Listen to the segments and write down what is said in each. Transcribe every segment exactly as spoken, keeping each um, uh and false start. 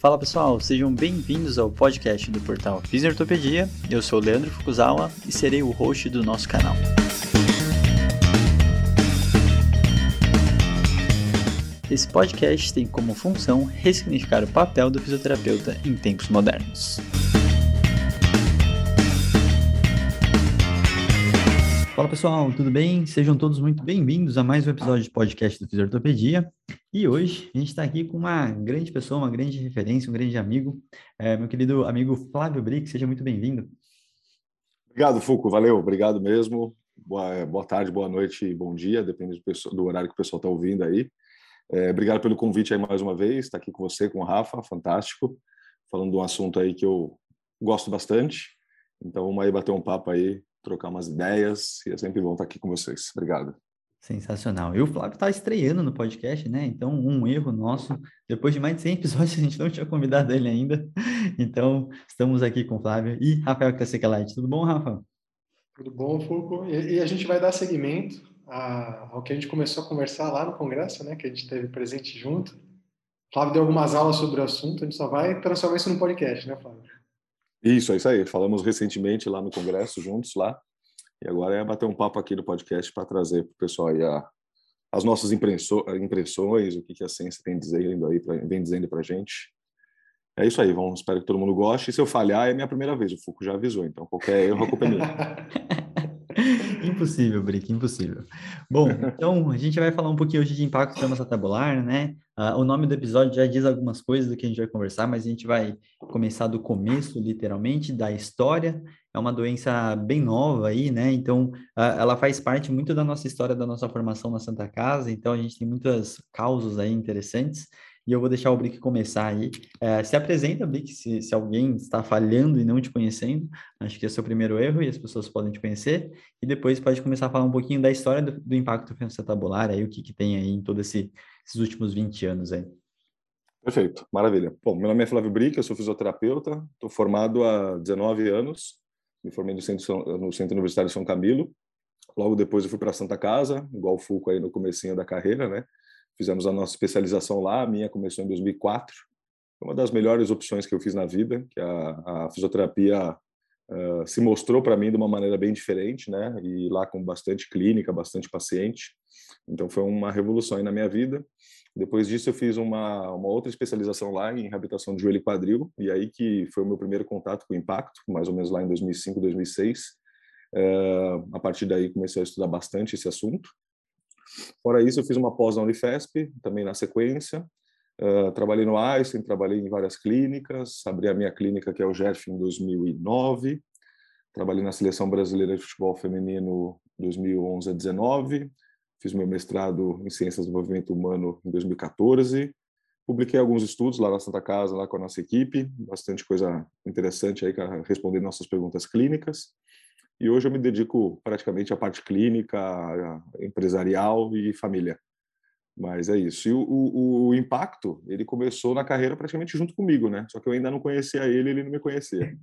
Fala pessoal, sejam bem-vindos ao podcast do portal Fisiortopedia. Eu sou o Leandro Fukuzawa e serei o host do nosso canal. Esse podcast tem como função ressignificar o papel do fisioterapeuta em tempos modernos. Fala pessoal, tudo bem? Sejam todos muito bem-vindos a mais um episódio de podcast do Fisiortopedia. E hoje a gente está aqui com uma grande pessoa, uma grande referência, um grande amigo, é, meu querido amigo Flávio Brick, seja muito bem-vindo. Obrigado, Fuco, valeu, obrigado mesmo. Boa, boa tarde, boa noite, bom dia, depende do, pessoal, do horário que o pessoal está ouvindo aí. É, obrigado pelo convite aí mais uma vez, estar tá aqui com você, com o Rafa, fantástico, falando de um assunto aí que eu gosto bastante. Então vamos aí bater um papo aí, trocar umas ideias, e é sempre bom estar aqui com vocês. Obrigado. Sensacional. E o Flávio está estreando no podcast, né? Então, um erro nosso. Depois de mais de cem episódios, a gente não tinha convidado ele ainda. Então, estamos aqui com o Flávio e Rafael Cassecalite. Tudo bom, Rafa? Tudo bom, Fulco? E, e a gente vai dar seguimento a, ao que a gente começou a conversar lá no congresso, né? Que a gente teve presente junto. O Flávio deu algumas aulas sobre o assunto, a gente só vai transformar isso num podcast, né, Flávio? Isso, é isso aí. Falamos recentemente lá no congresso, juntos lá. E agora é bater um papo aqui no podcast para trazer para o pessoal aí a, as nossas impressões, o que, que a ciência tem dizendo aí pra, vem dizendo para a gente. É isso aí, vamos, espero que todo mundo goste. E se eu falhar, é minha primeira vez, o Fuco já avisou, então qualquer erro, a culpa é minha. Impossível, Brick, impossível. Bom, então a gente vai falar um pouquinho hoje de impacto dermatotabular, né? Uh, o nome do episódio já diz algumas coisas do que a gente vai conversar, mas a gente vai começar do começo, literalmente, da história. É uma doença bem nova aí, né? Então, uh, ela faz parte muito da nossa história, da nossa formação na Santa Casa, então a gente tem muitas causas aí interessantes. E eu vou deixar o Brick começar aí. Uh, se apresenta, Brick, se, se alguém está falhando e não te conhecendo. Acho que esse é o primeiro erro e as pessoas podem te conhecer. E depois pode começar a falar um pouquinho da história do, do impacto fenocetabular, aí o que, que tem aí em todos esse, esses últimos vinte anos aí. Perfeito, maravilha. Bom, meu nome é Flávio Brick, eu sou fisioterapeuta, estou formado há dezenove anos, me formei no Centro, no Centro Universitário de São Camilo. Logo depois eu fui para a Santa Casa, igual o Fulco aí no comecinho da carreira, né? Fizemos a nossa especialização lá, a minha começou em dois mil e quatro. Foi uma das melhores opções que eu fiz na vida, que a, a fisioterapia uh, se mostrou para mim de uma maneira bem diferente, né? E lá com bastante clínica, bastante paciente. Então foi uma revolução aí na minha vida. Depois disso eu fiz uma, uma outra especialização lá em reabilitação de joelho e quadril, e aí que foi o meu primeiro contato com o impacto, mais ou menos lá em dois mil e cinco, dois mil e seis. Uh, a partir daí comecei a estudar bastante esse assunto. Fora isso, eu fiz uma pós na Unifesp, também na sequência. Uh, trabalhei no Einstein, trabalhei em várias clínicas, abri a minha clínica, que é o G E F, em dois mil e nove. Trabalhei na Seleção Brasileira de Futebol Feminino dois mil e onze a dezenove. Fiz meu mestrado em Ciências do Movimento Humano em dois mil e quatorze. Publiquei alguns estudos lá na Santa Casa, lá com a nossa equipe. Bastante coisa interessante aí, respondendo nossas perguntas clínicas. E hoje eu me dedico praticamente à parte clínica, empresarial e família. Mas é isso. E o, o, o impacto, ele começou na carreira praticamente junto comigo, né? Só que eu ainda não conhecia ele, ele não me conhecia.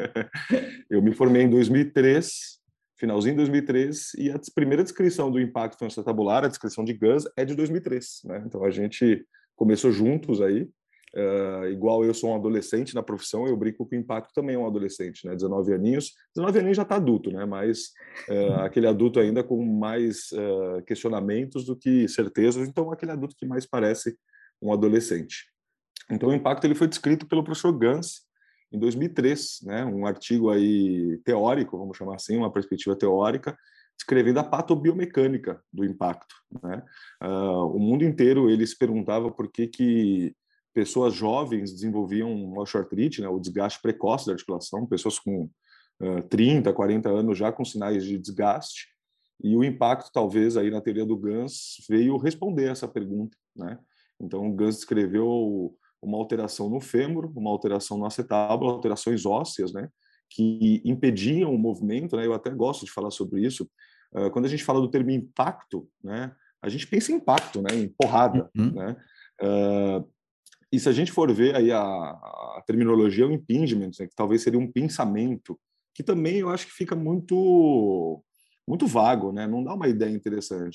Eu me formei em dois mil e três, finalzinho de dois mil e três, e a primeira descrição do impacto fenocetabular, a descrição de Gus, é de dois mil e três, né? Então a gente começou juntos aí. Uh, igual eu sou um adolescente na profissão, eu brinco que o impacto também é um adolescente, né? dezenove aninhos. dezenove aninhos já está adulto, né? Mas uh, aquele adulto ainda com mais uh, questionamentos do que certezas, então aquele adulto que mais parece um adolescente. Então o impacto ele foi descrito pelo professor Gans em dois mil e três, né? Um artigo aí teórico, vamos chamar assim, uma perspectiva teórica, descrevendo a patobiomecânica do impacto, né? Uh, o mundo inteiro ele se perguntava por que que pessoas jovens desenvolviam osteoartrite, né, o desgaste precoce da articulação, pessoas com uh, trinta, quarenta anos já com sinais de desgaste, e o impacto, talvez, aí na teoria do Gans, veio responder essa pergunta, né? Então, o Gans descreveu uma alteração no fêmur, uma alteração no acetábulo, alterações ósseas, né, que impediam o movimento, né? Eu até gosto de falar sobre isso. Uh, quando a gente fala do termo impacto, né, a gente pensa em impacto, né, em porrada, uhum. né? Uh, E se a gente for ver aí a, a terminologia, o impingement, né, que talvez seria um pinçamento, que também eu acho que fica muito, muito vago, né? Não dá uma ideia interessante.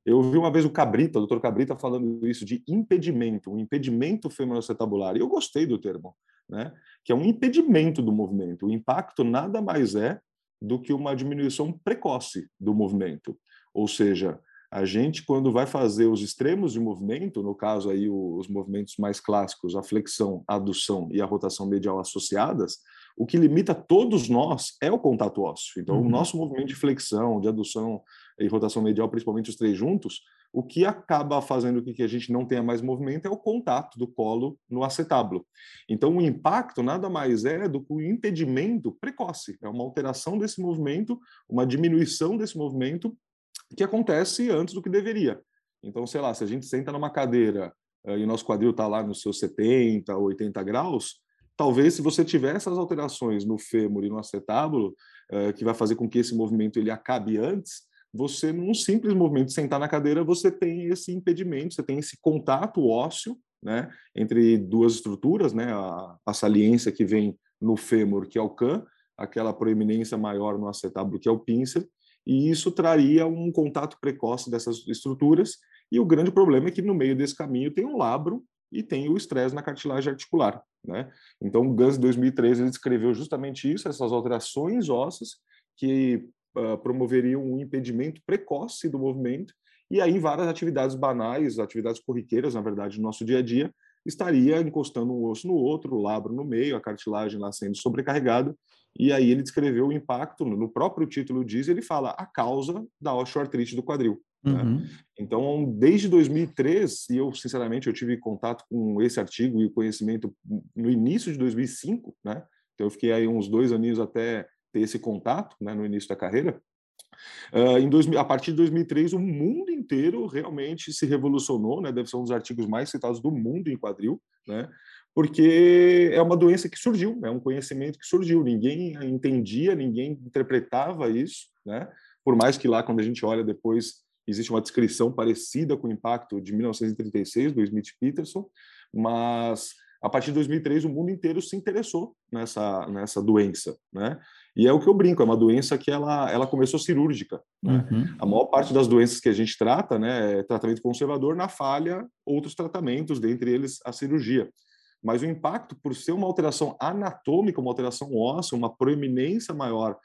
Eu ouvi uma vez o Cabrita, o doutor Cabrita, falando isso de impedimento, um impedimento femoroacetabular. E eu gostei do termo, né? Que é um impedimento do movimento. O impacto nada mais é do que uma diminuição precoce do movimento. Ou seja, a gente, quando vai fazer os extremos de movimento, no caso aí os movimentos mais clássicos, a flexão, a adução e a rotação medial associadas, o que limita todos nós é o contato ósseo. Então, uhum. o nosso movimento de flexão, de adução e rotação medial, principalmente os três juntos, o que acaba fazendo com que a gente não tenha mais movimento é o contato do colo no acetábulo. Então, o impacto nada mais é do que o impedimento precoce. É uma alteração desse movimento, uma diminuição desse movimento que acontece antes do que deveria. Então, sei lá, se a gente senta numa cadeira uh, e o nosso quadril está lá nos seus setenta, oitenta graus, talvez se você tiver essas alterações no fêmur e no acetábulo, uh, que vai fazer com que esse movimento ele acabe antes, você, num simples movimento de sentar na cadeira, você tem esse impedimento, você tem esse contato ósseo, né, entre duas estruturas, né, a, a saliência que vem no fêmur, que é o can, aquela proeminência maior no acetábulo, que é o pincer, e isso traria um contato precoce dessas estruturas, e o grande problema é que no meio desse caminho tem um labro e tem o estresse na cartilagem articular, né? Então, o Gans, em dois mil e treze, ele descreveu justamente isso, essas alterações ósseas que uh, promoveriam um impedimento precoce do movimento, e aí várias atividades banais, atividades corriqueiras, na verdade, no nosso dia a dia, estaria encostando um osso no outro, o labro no meio, a cartilagem lá sendo sobrecarregada, e aí ele descreveu o impacto, no próprio título diz, ele fala a causa da osteoartrite do quadril. Uhum. Né? Então, desde dois mil e três, e eu, sinceramente, eu tive contato com esse artigo e o conhecimento no início de dois mil e cinco, né? Então eu fiquei aí uns dois aninhos até ter esse contato, né, no início da carreira. Uh, em dois, a partir de dois mil e três, o mundo inteiro realmente se revolucionou, né? Deve ser um dos artigos mais citados do mundo em quadril, né? Porque é uma doença que surgiu, é um conhecimento que surgiu, ninguém entendia, ninguém interpretava isso, né? Por mais que lá, quando a gente olha depois, existe uma descrição parecida com o impacto de mil novecentos e trinta e seis, do Smith-Peterson, mas a partir de dois mil e três o mundo inteiro se interessou nessa, nessa doença, né? E é o que eu brinco, é uma doença que ela, ela começou cirúrgica, né? Uhum. A maior parte das doenças que a gente trata, né, é tratamento conservador, na falha, outros tratamentos, dentre eles a cirurgia. Mas o impacto, por ser uma alteração anatômica, uma alteração óssea, uma proeminência maior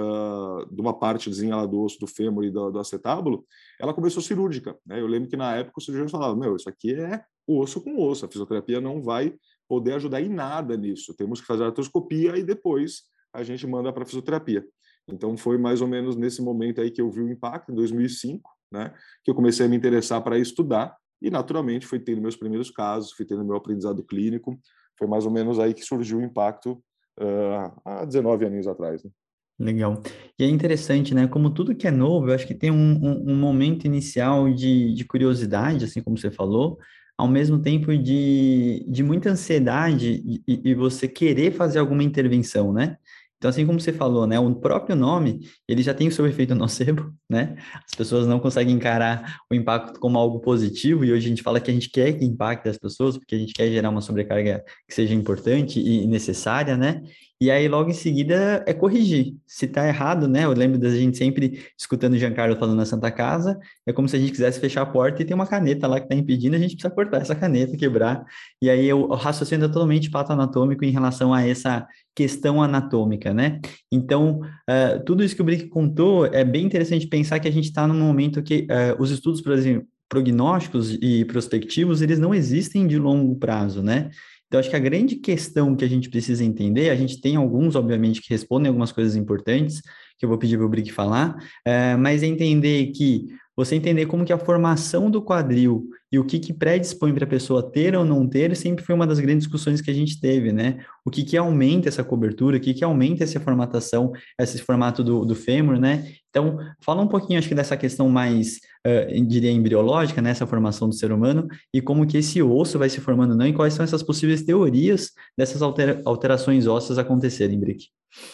uh, de uma partezinha do osso do fêmur e do, do acetábulo, ela começou cirúrgica, né? Eu lembro que na época o cirurgião falava, meu, isso aqui é osso com osso, a fisioterapia não vai poder ajudar em nada nisso, temos que fazer a artroscopia e depois a gente manda para a fisioterapia. Então foi mais ou menos nesse momento aí que eu vi o impacto, em dois mil e cinco, né, que eu comecei a me interessar para estudar, e naturalmente fui tendo meus primeiros casos, fui tendo meu aprendizado clínico, foi mais ou menos aí que surgiu o impacto uh, há dezenove anos atrás. Né? Legal. E é interessante, né? Como tudo que é novo, eu acho que tem um, um, um momento inicial de, de curiosidade, assim como você falou, ao mesmo tempo de, de muita ansiedade e, e você querer fazer alguma intervenção, né? Então, assim como você falou, né? O próprio nome, ele já tem o seu efeito nocebo, né? As pessoas não conseguem encarar o impacto como algo positivo, e hoje a gente fala que a gente quer que impacte as pessoas, porque a gente quer gerar uma sobrecarga que seja importante e necessária, né? E aí, logo em seguida, é corrigir. Se tá errado, né? Eu lembro da gente sempre escutando o Giancarlo falando na Santa Casa, é como se a gente quisesse fechar a porta e tem uma caneta lá que tá impedindo, a gente precisa cortar essa caneta, quebrar. E aí, o raciocínio é totalmente patoanatômico em relação a essa questão anatômica, né? Então, uh, tudo isso que o Brick contou, é bem interessante pensar que a gente está num momento que uh, os estudos, por exemplo, prognósticos e prospectivos, eles não existem de longo prazo, né? Então, acho que a grande questão que a gente precisa entender, a gente tem alguns, obviamente, que respondem algumas coisas importantes, que eu vou pedir para o Brick falar, é, mas é entender que, você entender como que a formação do quadril e o que que predispõe para a pessoa ter ou não ter, sempre foi uma das grandes discussões que a gente teve, né? O que que aumenta essa cobertura, o que que aumenta essa formatação, esse formato do, do fêmur, né? Então, fala um pouquinho, acho que dessa questão mais, uh, diria, embriológica, né? Essa formação do ser humano, e como que esse osso vai se formando, não? E quais são essas possíveis teorias dessas altera alterações ósseas acontecerem, Brick?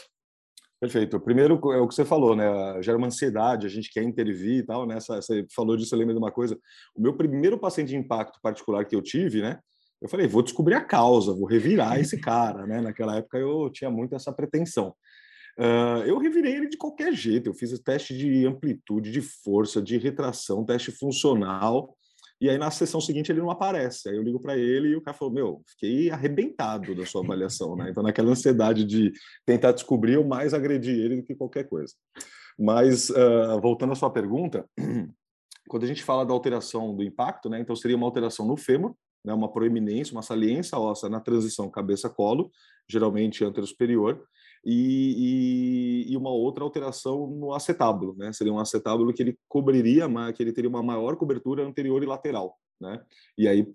Perfeito. Primeiro é o que você falou, né? Gera uma ansiedade, a gente quer intervir e tal, né? Você falou disso, eu lembro de uma coisa. O meu primeiro paciente de impacto particular que eu tive, né? Eu falei, vou descobrir a causa, vou revirar esse cara, né? Naquela época eu tinha muito essa pretensão. Uh, eu revirei ele de qualquer jeito. Eu fiz o teste de amplitude, de força, de retração, teste funcional. E aí, na sessão seguinte, ele não aparece. Aí eu ligo para ele e o cara falou, meu, fiquei arrebentado da sua avaliação, né? Então, naquela ansiedade de tentar descobrir, eu mais agredi ele do que qualquer coisa. Mas, uh, voltando à sua pergunta, quando a gente fala da alteração do impacto, né? Então, seria uma alteração no fêmur, né? Uma proeminência, uma saliência óssea na transição cabeça-colo, geralmente antero-superior, E, e, e uma outra alteração no acetábulo, né? Seria um acetábulo que ele cobriria, que ele teria uma maior cobertura anterior e lateral, né? E aí,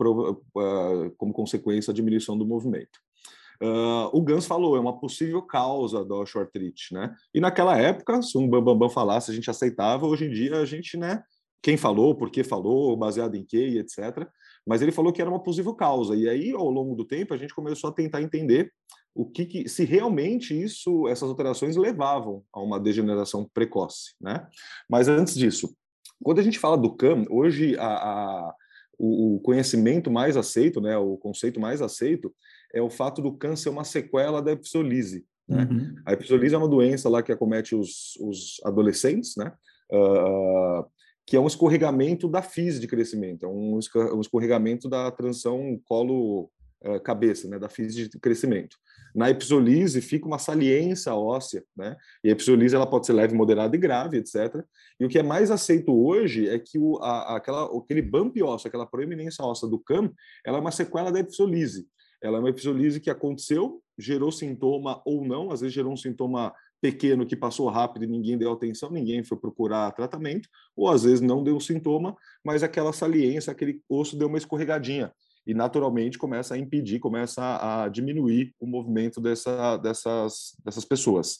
como consequência, a diminuição do movimento. Uh, o Gans falou, é uma possível causa da osteoartrite, né? E naquela época, se um bambambam bam, bam falasse, a gente aceitava. Hoje em dia, a gente, né? Quem falou, por que falou, baseado em quê, etcétera. Mas ele falou que era uma possível causa. E aí, ao longo do tempo, a gente começou a tentar entender o que, que se realmente isso, essas alterações levavam a uma degeneração precoce, né? Mas antes disso, quando a gente fala do C A M, hoje a, a, o, o conhecimento mais aceito, né, o conceito mais aceito é o fato do C A M ser uma sequela da epifisólise, né? Uhum. A epifisólise é uma doença lá que acomete os, os adolescentes, né? Uh, que é um escorregamento da fise de crescimento, é um escorregamento da transição colo-cabeça, né, da fise de crescimento. Na epifisólise fica uma saliência óssea, né? E a epifisólise ela pode ser leve, moderada e grave, etcétera. E o que é mais aceito hoje é que o, a, aquela, aquele bump ósseo, aquela proeminência óssea do C A M, ela é uma sequela da epifisólise. Ela é uma epifisólise que aconteceu, gerou sintoma ou não, às vezes gerou um sintoma pequeno que passou rápido e ninguém deu atenção, ninguém foi procurar tratamento, ou às vezes não deu sintoma, mas aquela saliência, aquele osso deu uma escorregadinha e naturalmente começa a impedir, começa a diminuir o movimento dessa, dessas, dessas pessoas.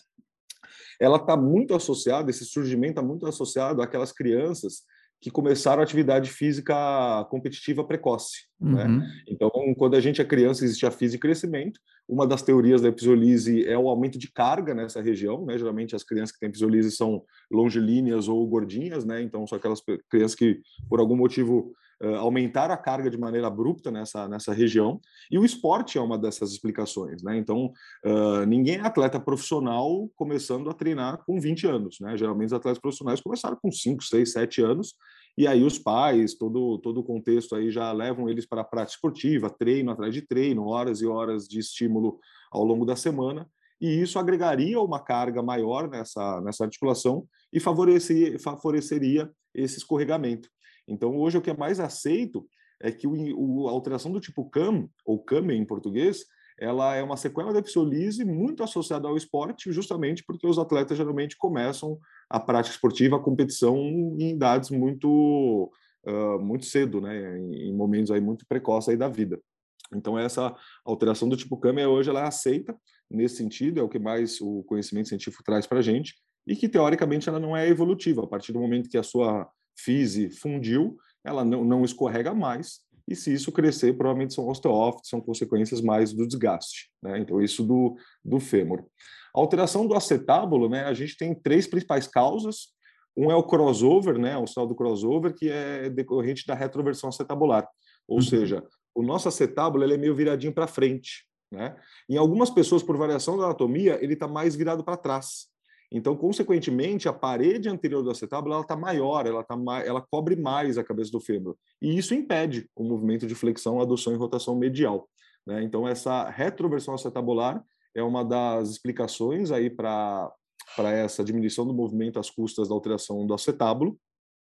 Ela está muito associada, esse surgimento está muito associado àquelas crianças que começaram a atividade física competitiva precoce, uhum. né? Então, quando a gente é criança, existe a fise e crescimento. Uma das teorias da epifisólise é o aumento de carga nessa região, né? Geralmente as crianças que têm epifisólise são longilíneas ou gordinhas, né? Então, são aquelas crianças que, por algum motivo, uh, aumentaram a carga de maneira abrupta nessa, nessa região. E o esporte é uma dessas explicações, né? Então, uh, ninguém é atleta profissional começando a treinar com vinte anos, né? Geralmente os atletas profissionais começaram com cinco, seis, sete anos. E aí os pais, todo, todo o contexto aí já levam eles para a prática esportiva, treino atrás de treino, horas e horas de estímulo ao longo da semana, e isso agregaria uma carga maior nessa, nessa articulação e favoreceria, favoreceria esse escorregamento. Então, hoje, o que é mais aceito é que o, o, a alteração do tipo C A M, ou C A M em português, ela é uma sequela da epifisólise muito associada ao esporte, justamente porque os atletas geralmente começam a prática esportiva, a competição em idades muito, uh, muito cedo, né? em, em momentos aí muito precoces aí da vida. Então, essa alteração do tipo C A M hoje ela é aceita nesse sentido, é o que mais o conhecimento científico traz para a gente, e que, teoricamente, ela não é evolutiva. A partir do momento que a sua fise fundiu, ela não, não escorrega mais, e se isso crescer, provavelmente são osteófitos, são consequências mais do desgaste, né? Então, isso do, do fêmur. A alteração do acetábulo, né? A gente tem três principais causas. Um é o crossover, né? O sinal do crossover, que é decorrente da retroversão acetabular. Ou uhum. seja, o nosso acetábulo ele é meio viradinho para frente, né? Em algumas pessoas, por variação da anatomia, ele está mais virado para trás. Então, consequentemente, a parede anterior do acetábulo ela está maior, ela, tá mais, ela cobre mais a cabeça do fêmur. E isso impede o movimento de flexão, adução e rotação medial, né? Então, essa retroversão acetabular é uma das explicações aí para para essa diminuição do movimento às custas da alteração do acetábulo.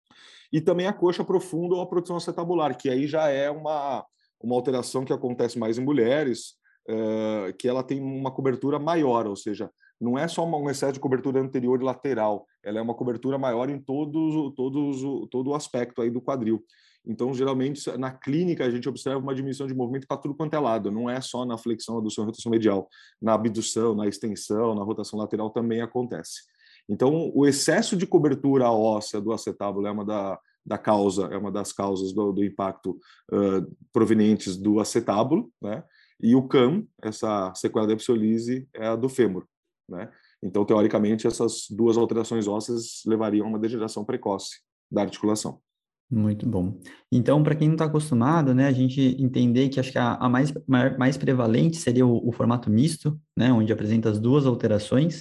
E também a coxa profunda ou a proteção acetabular, que aí já é uma, uma alteração que acontece mais em mulheres, uh, que ela tem uma cobertura maior, ou seja, não é só um excesso de cobertura anterior e lateral, ela é uma cobertura maior em todos, todos, todo o aspecto aí do quadril. Então, geralmente, na clínica, a gente observa uma diminuição de movimento para tudo quanto é lado, não é só na flexão, adução e rotação medial. Na abdução, na extensão, na rotação lateral também acontece. Então, o excesso de cobertura óssea do acetábulo é uma da, da causa, é uma das causas do, do impacto uh, provenientes do acetábulo, né? E o C A M, essa sequela da epifisólise, é a do fêmur, né? Então, teoricamente, essas duas alterações ósseas levariam a uma degeneração precoce da articulação. Muito bom. Então, para quem não está acostumado, né, a gente entender que acho que a, a mais, mais prevalente seria o, o formato misto, né, onde apresenta as duas alterações,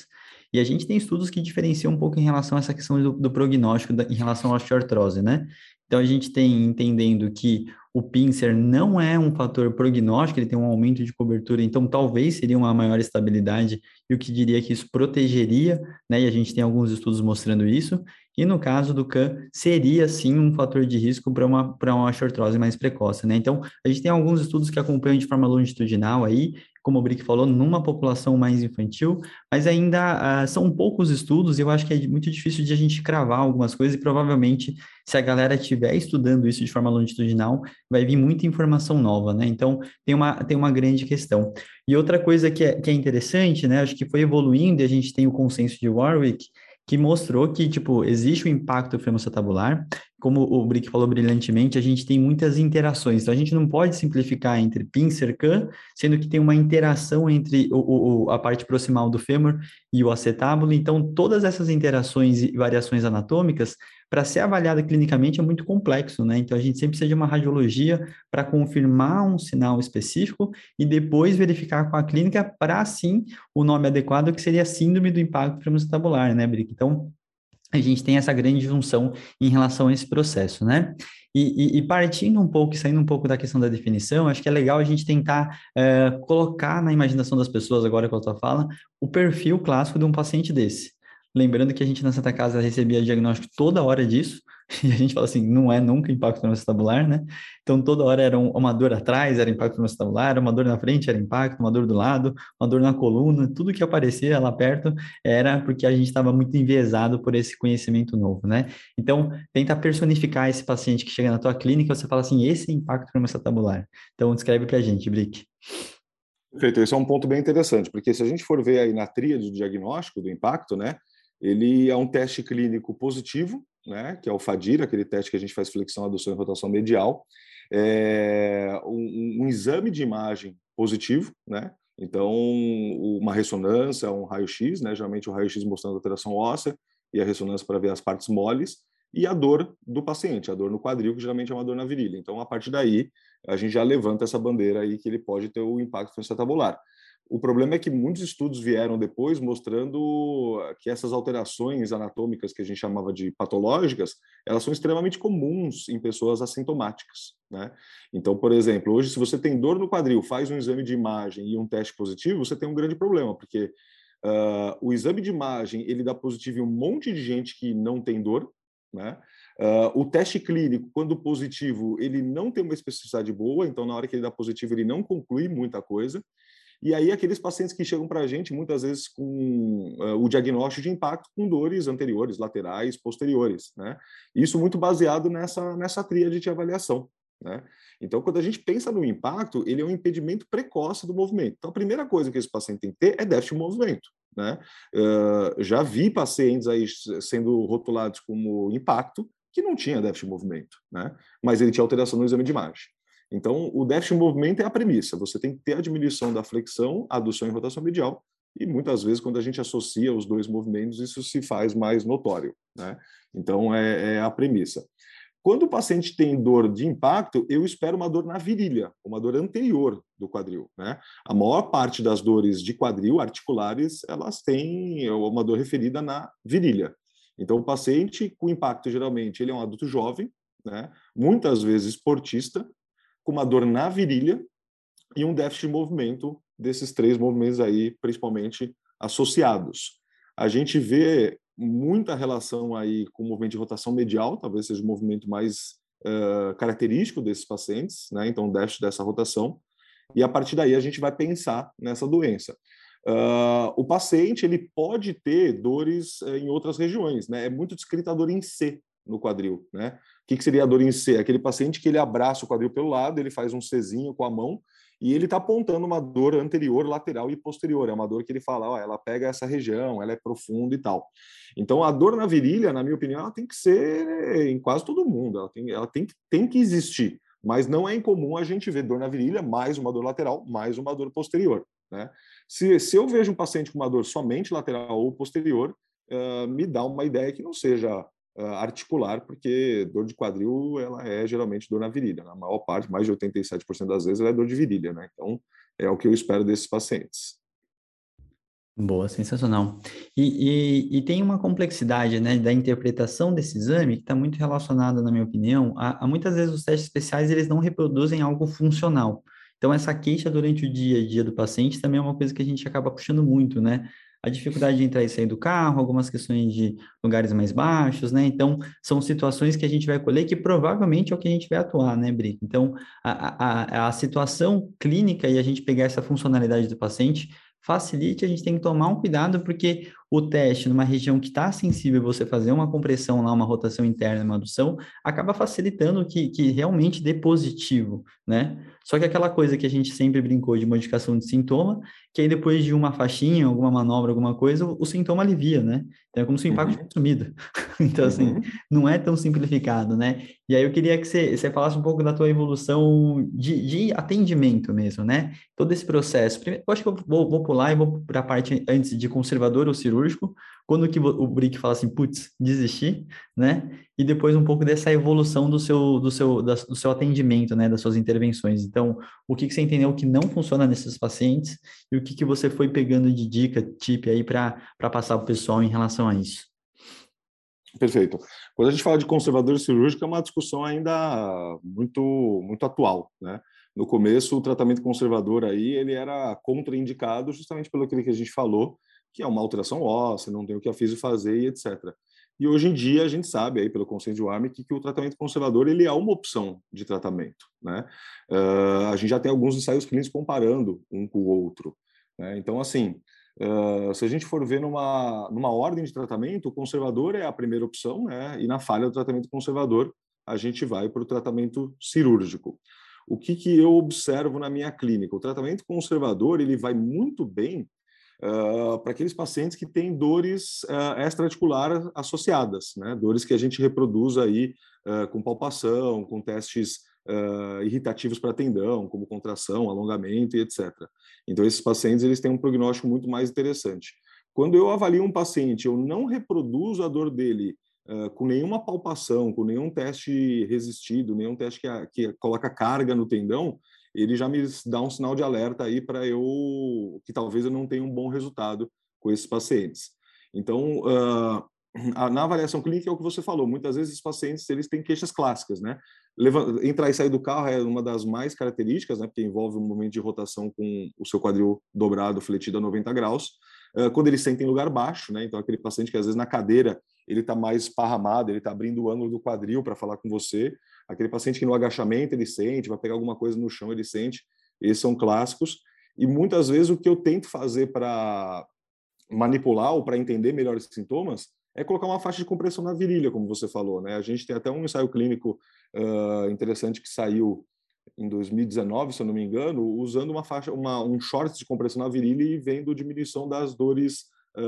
E a gente tem estudos que diferenciam um pouco em relação a essa questão do, do prognóstico da, em relação à osteoartrose, né? Então, a gente tem entendendo que o pincer não é um fator prognóstico, ele tem um aumento de cobertura, então talvez seria uma maior estabilidade, e o que diria que isso protegeria, né? E a gente tem alguns estudos mostrando isso. E no caso do C A N, seria sim um fator de risco para uma, para uma osteoartrose mais precoce, né? Então, a gente tem alguns estudos que acompanham de forma longitudinal aí, como o Brick falou, numa população mais infantil, mas ainda uh, são poucos estudos e eu acho que é muito difícil de a gente cravar algumas coisas e provavelmente, se a galera estiver estudando isso de forma longitudinal, vai vir muita informação nova, né? Então, tem uma, tem uma grande questão. E outra coisa que é, que é interessante, né? Acho que foi evoluindo e a gente tem o consenso de Warwick, que mostrou que, tipo, existe o impacto femoroacetabular, como o Brick falou brilhantemente, a gente tem muitas interações, então a gente não pode simplificar entre pincer C A N, sendo que tem uma interação entre o, o, a parte proximal do fêmur e o acetábulo, então todas essas interações e variações anatômicas, para ser avaliada clinicamente é muito complexo, né? Então a gente sempre precisa de uma radiologia para confirmar um sinal específico e depois verificar com a clínica para, sim, o nome adequado, que seria síndrome do impacto femoroacetabular, né, Brick? Então, a gente tem essa grande junção em relação a esse processo, né? E, e, e partindo um pouco, saindo um pouco da questão da definição, acho que é legal a gente tentar uh, colocar na imaginação das pessoas, agora com a tua fala, o perfil clássico de um paciente desse. Lembrando que a gente na Santa Casa recebia diagnóstico toda hora disso, e a gente fala assim, não é nunca impacto femoroacetabular, né? Então, toda hora era uma dor atrás, era impacto femoroacetabular, uma dor na frente era impacto, uma dor do lado, uma dor na coluna, tudo que aparecia lá perto era porque a gente estava muito enviesado por esse conhecimento novo, né? Então, tenta personificar esse paciente que chega na tua clínica, você fala assim, esse é impacto femoroacetabular. Então, descreve para a gente, Brick. Perfeito, esse é um ponto bem interessante, porque se a gente for ver aí na tríade do diagnóstico do impacto, né, ele é um teste clínico positivo, né, que é o FADIR, aquele teste que a gente faz flexão, adução e rotação medial, é um, um exame de imagem positivo, né, então uma ressonância, um raio-x, né, geralmente o raio-x mostrando alteração óssea e a ressonância para ver as partes moles, e a dor do paciente, a dor no quadril, que geralmente é uma dor na virilha. Então, a partir daí, a gente já levanta essa bandeira aí que ele pode ter o impacto femoroacetabular. O problema é que muitos estudos vieram depois mostrando que essas alterações anatômicas que a gente chamava de patológicas, elas são extremamente comuns em pessoas assintomáticas, né? Então, por exemplo, hoje se você tem dor no quadril, faz um exame de imagem e um teste positivo, você tem um grande problema, porque uh, o exame de imagem ele dá positivo em um monte de gente que não tem dor, né? Uh, o teste clínico, quando positivo, ele não tem uma especificidade boa, então na hora que ele dá positivo ele não conclui muita coisa. E aí aqueles pacientes que chegam para a gente, muitas vezes com uh, o diagnóstico de impacto com dores anteriores, laterais, posteriores, né? Isso muito baseado nessa, nessa tríade de avaliação, né? Então, quando a gente pensa no impacto, ele é um impedimento precoce do movimento. Então, a primeira coisa que esse paciente tem que ter é déficit de movimento, né? Uh, já vi pacientes aí sendo rotulados como impacto que não tinha déficit de movimento, né? Mas ele tinha alteração no exame de imagem. Então, o déficit de movimento é a premissa. Você tem que ter a diminuição da flexão, adução e rotação medial. E muitas vezes, quando a gente associa os dois movimentos, isso se faz mais notório, né? Então, é, é a premissa. Quando o paciente tem dor de impacto, eu espero uma dor na virilha, uma dor anterior do quadril, né? A maior parte das dores de quadril articulares, elas têm uma dor referida na virilha. Então, o paciente com impacto, geralmente, ele é um adulto jovem, né? Muitas vezes esportista, com uma dor na virilha e um déficit de movimento desses três movimentos aí, principalmente associados. A gente vê muita relação aí com o movimento de rotação medial, talvez seja o movimento mais uh, característico desses pacientes, né? Então, déficit dessa rotação. E a partir daí a gente vai pensar nessa doença. Uh, o paciente ele pode ter dores uh, em outras regiões, né? É muito descrita a dor em C no quadril, né? O que, que seria a dor em C? Aquele paciente que ele abraça o quadril pelo lado, ele faz um Czinho com a mão e ele está apontando uma dor anterior, lateral e posterior. É uma dor que ele fala, ó, ela pega essa região, ela é profunda e tal. Então, a dor na virilha, na minha opinião, ela tem que ser em quase todo mundo. Ela tem, ela tem, tem que existir. Mas não é incomum a gente ver dor na virilha, mais uma dor lateral, mais uma dor posterior, né? Se, se eu vejo um paciente com uma dor somente lateral ou posterior, uh, me dá uma ideia que não seja articular, porque dor de quadril ela é geralmente dor na virilha. Na maior parte, mais de oitenta e sete por cento das vezes, ela é dor de virilha, né? Então, é o que eu espero desses pacientes. Boa, sensacional. E, e, e tem uma complexidade, né, da interpretação desse exame que está muito relacionada, na minha opinião, a, a muitas vezes os testes especiais eles não reproduzem algo funcional. Então, essa queixa durante o dia a dia do paciente também é uma coisa que a gente acaba puxando muito, né? A dificuldade de entrar e sair do carro, algumas questões de lugares mais baixos, né? Então, são situações que a gente vai colher que provavelmente é o que a gente vai atuar, né, Brica? Então, a, a, a situação clínica e a gente pegar essa funcionalidade do paciente facilite, a gente tem que tomar um cuidado, porque o teste numa região que está sensível, você fazer uma compressão lá, uma rotação interna, uma adução, acaba facilitando que, que realmente dê positivo, né? Só que aquela coisa que a gente sempre brincou de modificação de sintoma, que aí depois de uma faixinha, alguma manobra, alguma coisa, o, o sintoma alivia, né? Então é como se o impacto tivesse Uhum. sumido. Então, assim, Uhum. não é tão simplificado, né? E aí eu queria que você, você falasse um pouco da tua evolução de, de atendimento mesmo, né? Todo esse processo. Primeiro, eu acho que eu vou, vou pular e vou para a parte antes de conservador ou cirúrgico, quando que o Brick fala assim, putz, desisti, né? E depois um pouco dessa evolução do seu, do seu, da, do seu atendimento, né? Das suas intervenções. Então, o que, que você entendeu que não funciona nesses pacientes e o que, que você foi pegando de dica, tip aí para passar para o pessoal em relação a isso? Perfeito. Quando a gente fala de conservador cirúrgico, é uma discussão ainda muito, muito atual, né? No começo, o tratamento conservador aí, ele era contraindicado justamente pelo aquilo que a gente falou, que é uma alteração óssea, não tem o que a fisio fazer e etcétera. E hoje em dia a gente sabe aí pelo consenso de Warmick que, que o tratamento conservador ele é uma opção de tratamento, né? Uh, a gente já tem alguns ensaios clínicos comparando um com o outro, né? Então, assim, Uh, se a gente for ver numa, numa ordem de tratamento, o conservador é a primeira opção, né? E na falha do tratamento conservador, a gente vai para o tratamento cirúrgico. O que, que eu observo na minha clínica? O tratamento conservador ele vai muito bem uh, para aqueles pacientes que têm dores uh, extra-articulares associadas, né? Dores que a gente reproduz aí uh, com palpação, com testes Uh, irritativos para tendão, como contração, alongamento e etcétera. Então, esses pacientes eles têm um prognóstico muito mais interessante. Quando eu avalio um paciente, eu não reproduzo a dor dele uh, com nenhuma palpação, com nenhum teste resistido, nenhum teste que, a, que coloca carga no tendão, ele já me dá um sinal de alerta aí para eu que talvez eu não tenha um bom resultado com esses pacientes. Então, uh, na avaliação clínica é o que você falou, muitas vezes os pacientes eles têm queixas clássicas, né? Entrar e sair do carro é uma das mais características, né? Porque envolve um momento de rotação com o seu quadril dobrado, fletido a noventa graus. Quando ele senta em lugar baixo, né? Então aquele paciente que às vezes na cadeira ele está mais esparramado, ele está abrindo o ângulo do quadril para falar com você. Aquele paciente que no agachamento ele sente, vai pegar alguma coisa no chão ele sente. Esses são clássicos. E muitas vezes o que eu tento fazer para manipular ou para entender melhor esses sintomas é colocar uma faixa de compressão na virilha, como você falou, né? A gente tem até um ensaio clínico uh, interessante que saiu em dois mil e dezenove, se eu não me engano, usando uma faixa, uma, um short de compressão na virilha e vendo diminuição das dores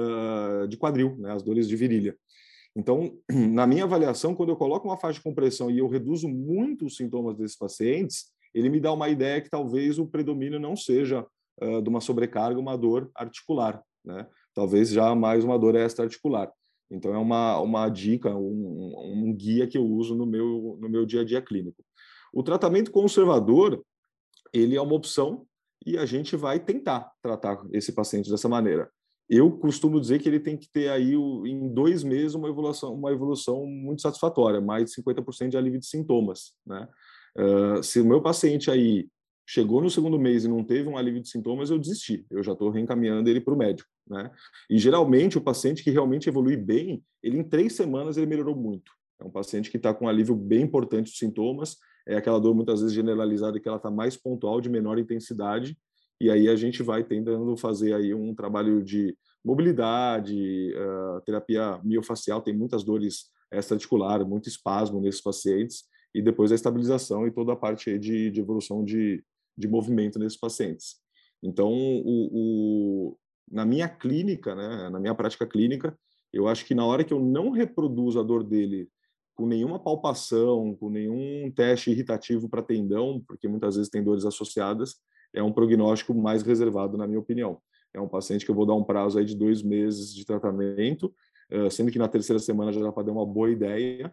uh, de quadril, né? As dores de virilha. Então, na minha avaliação, quando eu coloco uma faixa de compressão e eu reduzo muito os sintomas desses pacientes, ele me dá uma ideia que talvez o predomínio não seja uh, de uma sobrecarga, uma dor articular, né? Talvez já mais uma dor extra-articular. Então, é uma, uma dica, um, um guia que eu uso no meu, no meu dia a dia clínico. O tratamento conservador, ele é uma opção e a gente vai tentar tratar esse paciente dessa maneira. Eu costumo dizer que ele tem que ter aí, em dois meses, uma evolução, uma evolução muito satisfatória, mais de cinquenta por cento de alívio de sintomas, né? Uh, se o meu paciente aí chegou no segundo mês e não teve um alívio de sintomas, eu desisti. Eu já estou reencaminhando ele para o médico, né? E geralmente o paciente que realmente evolui bem, ele em três semanas ele melhorou muito. É um paciente que está com um alívio bem importante dos sintomas. É aquela dor muitas vezes generalizada que ela está mais pontual, de menor intensidade. E aí a gente vai tentando fazer aí um trabalho de mobilidade, uh, terapia miofacial. Tem muitas dores extra-articulares, muito espasmo nesses pacientes. E depois a estabilização e toda a parte aí de, de evolução de de movimento nesses pacientes. Então, o, o, na minha clínica, né, na minha prática clínica, eu acho que na hora que eu não reproduzo a dor dele com nenhuma palpação, com nenhum teste irritativo para tendão, porque muitas vezes tem dores associadas, é um prognóstico mais reservado, na minha opinião. É um paciente que eu vou dar um prazo aí de dois meses de tratamento, sendo que na terceira semana já dá para dar uma boa ideia.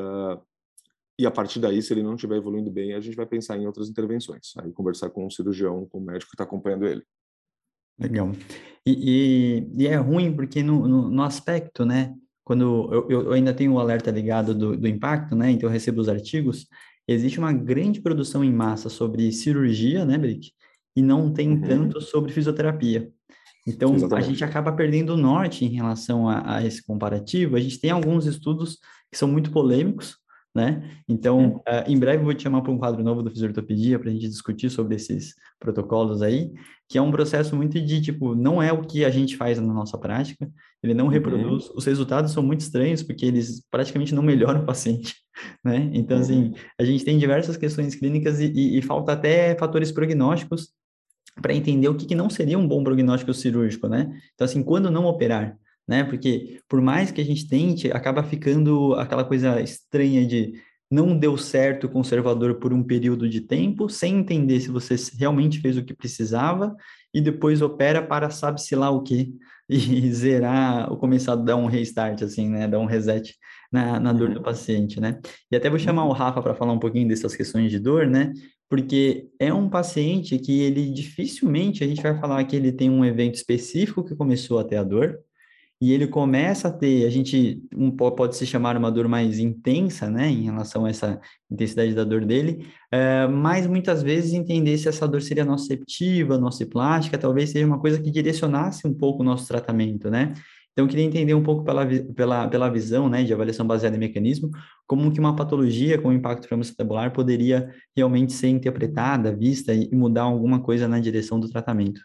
E a partir daí, se ele não estiver evoluindo bem, a gente vai pensar em outras intervenções. Aí conversar com o cirurgião, com o médico que está acompanhando ele. Legal. E, e, e é ruim porque no, no, no aspecto, né? Quando eu, eu ainda tenho o alerta ligado do, do impacto, né? Então eu recebo os artigos. Existe uma grande produção em massa sobre cirurgia, né, Brick? E não tem Uhum, tanto sobre fisioterapia. Então, a gente exatamente. acaba perdendo o norte em relação a, a esse comparativo. A gente tem alguns estudos que são muito polêmicos, né? Então, Uhum, uh, em breve eu vou te chamar para um quadro novo do Fisiortopedia para a gente discutir sobre esses protocolos aí, que é um processo muito de, tipo, não é o que a gente faz na nossa prática, ele não uhum, reproduz, os resultados são muito estranhos, porque eles praticamente não melhoram o paciente, né? Então, assim, uhum, a gente tem diversas questões clínicas e, e, e falta até fatores prognósticos para entender o que, que não seria um bom prognóstico cirúrgico, né? Então, assim, quando não operar, né? Porque por mais que a gente tente, acaba ficando aquela coisa estranha de não deu certo o conservador por um período de tempo, sem entender se você realmente fez o que precisava, e depois opera para sabe-se lá o quê, e zerar, ou começar a dar um restart, assim, né? Dar um reset na, na dor do uhum, paciente, né? E até vou chamar o uhum. Rafa para falar um pouquinho dessas questões de dor, né? Porque é um paciente que ele dificilmente a gente vai falar que ele tem um evento específico que começou a ter a dor, e ele começa a ter, a gente um, pode se chamar uma dor mais intensa, né, em relação a essa intensidade da dor dele, é, mas muitas vezes entender se essa dor seria nociceptiva, nociplástica, talvez seja uma coisa que direcionasse um pouco o nosso tratamento, né? Então, eu queria entender um pouco pela, pela, pela visão, né, de avaliação baseada em mecanismo, como que uma patologia com impacto femoroacetabular poderia realmente ser interpretada, vista e mudar alguma coisa na direção do tratamento.